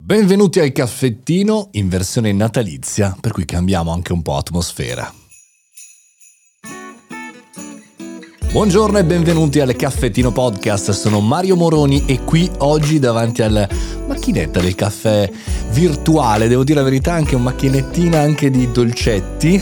Benvenuti al caffettino in versione natalizia, per cui cambiamo anche un po' atmosfera. Buongiorno e benvenuti al Caffettino Podcast, sono Mario Moroni e qui oggi davanti alla macchinetta del caffè virtuale, devo dire la verità, anche una macchinettina anche di dolcetti.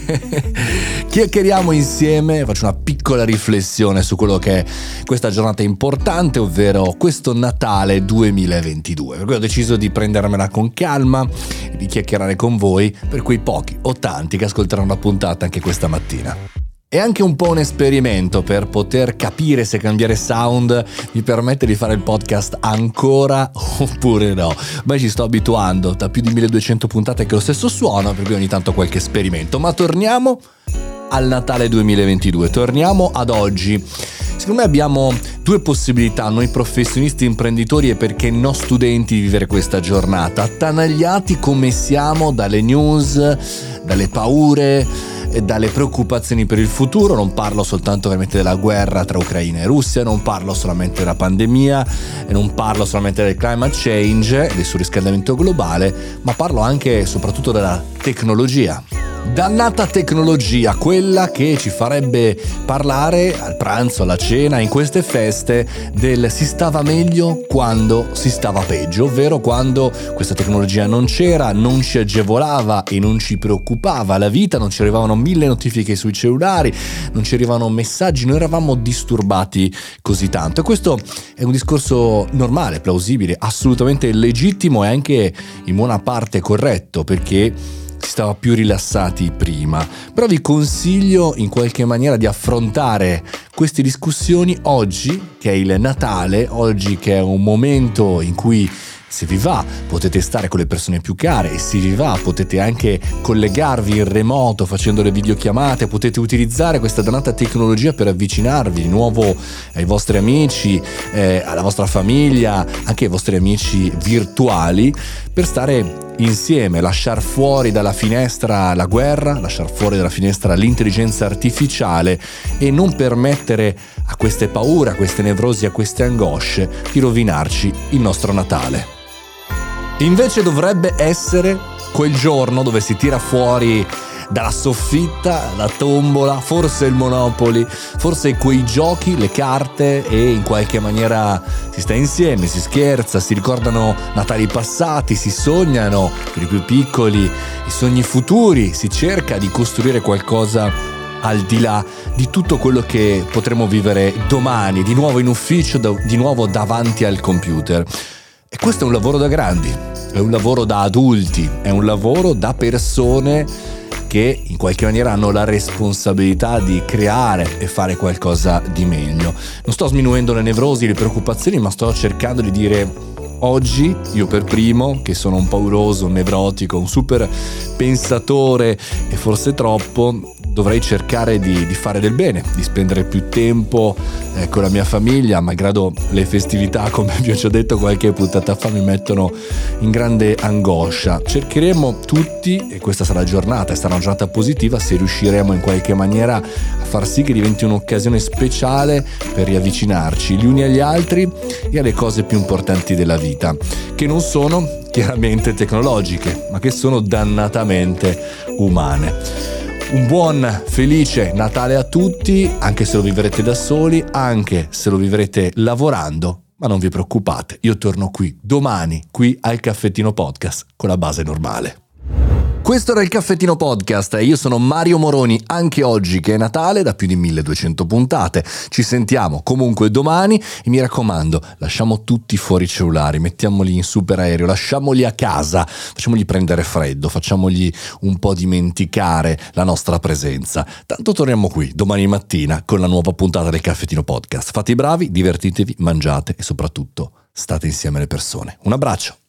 Chiacchieriamo insieme, faccio una piccola riflessione su quello che è questa giornata importante, ovvero questo Natale 2022. Per cui ho deciso di prendermela con calma e di chiacchierare con voi, per quei pochi o tanti che ascolteranno la puntata anche questa mattina. È anche un po' un esperimento per poter capire se cambiare sound mi permette di fare il podcast ancora oppure no. Ma ci sto abituando, da più di 1200 puntate che ho lo stesso suono, per cui ogni tanto qualche esperimento. Ma torniamo al Natale 2022, torniamo ad oggi. Secondo me abbiamo due possibilità, noi professionisti, imprenditori e perché no studenti, di vivere questa giornata, attanagliati come siamo dalle news, dalle paure e dalle preoccupazioni per il futuro. Non parlo soltanto ovviamente della guerra tra Ucraina e Russia, non parlo solamente della pandemia e non parlo solamente del climate change, del surriscaldamento globale, ma parlo anche e soprattutto della tecnologia. Dannata tecnologia, quella che ci farebbe parlare al pranzo, alla cena, in queste feste del si stava meglio quando si stava peggio, ovvero quando questa tecnologia non c'era, non ci agevolava e non ci preoccupava la vita, non ci arrivavano 1000 notifiche sui cellulari, non ci arrivavano messaggi, noi eravamo disturbati così tanto. E questo è un discorso normale, plausibile, assolutamente legittimo e anche in buona parte corretto, perché si stava più rilassati prima. Però vi consiglio in qualche maniera di affrontare queste discussioni oggi, che è il Natale, oggi che è un momento in cui, se vi va, potete stare con le persone più care e se vi va potete anche collegarvi in remoto facendo le videochiamate, potete utilizzare questa dannata tecnologia per avvicinarvi di nuovo ai vostri amici, alla vostra famiglia, anche ai vostri amici virtuali, per stare insieme, lasciar fuori dalla finestra la guerra, lasciar fuori dalla finestra l'intelligenza artificiale e non permettere a queste paure, a queste nevrosi, a queste angosce di rovinarci il nostro Natale. Invece dovrebbe essere quel giorno dove si tira fuori dalla soffitta la tombola, forse il Monopoly, forse quei giochi, le carte, e in qualche maniera si sta insieme, si scherza, si ricordano Natali passati, si sognano per i più piccoli i sogni futuri, si cerca di costruire qualcosa al di là di tutto quello che potremo vivere domani, di nuovo in ufficio, di nuovo davanti al computer. E questo è un lavoro da grandi, è un lavoro da adulti, è un lavoro da persone che in qualche maniera hanno la responsabilità di creare e fare qualcosa di meglio. Non sto sminuendo le nevrosi, le preoccupazioni, ma sto cercando di dire: oggi, io per primo, che sono un pauroso, un nevrotico, un super pensatore e forse troppo, dovrei cercare di fare del bene, di spendere più tempo con la mia famiglia, malgrado le festività, come vi ho già detto qualche puntata fa, mi mettono in grande angoscia. Cercheremo tutti, e questa sarà la giornata, sarà una giornata positiva, se riusciremo in qualche maniera a far sì che diventi un'occasione speciale per riavvicinarci gli uni agli altri e alle cose più importanti della vita, che non sono chiaramente tecnologiche, ma che sono dannatamente umane. Un buon, felice Natale a tutti, anche se lo vivrete da soli, anche se lo vivrete lavorando, ma non vi preoccupate, io torno qui domani, qui al Caffettino Podcast, con la base normale. Questo era il Caffettino Podcast e io sono Mario Moroni, anche oggi che è Natale, da più di 1200 puntate. Ci sentiamo comunque domani e mi raccomando, lasciamo tutti fuori i cellulari, mettiamoli in super aereo, lasciamoli a casa, facciamogli prendere freddo, facciamogli un po' dimenticare la nostra presenza. Tanto torniamo qui domani mattina con la nuova puntata del Caffettino Podcast. Fate i bravi, divertitevi, mangiate e soprattutto state insieme alle persone. Un abbraccio!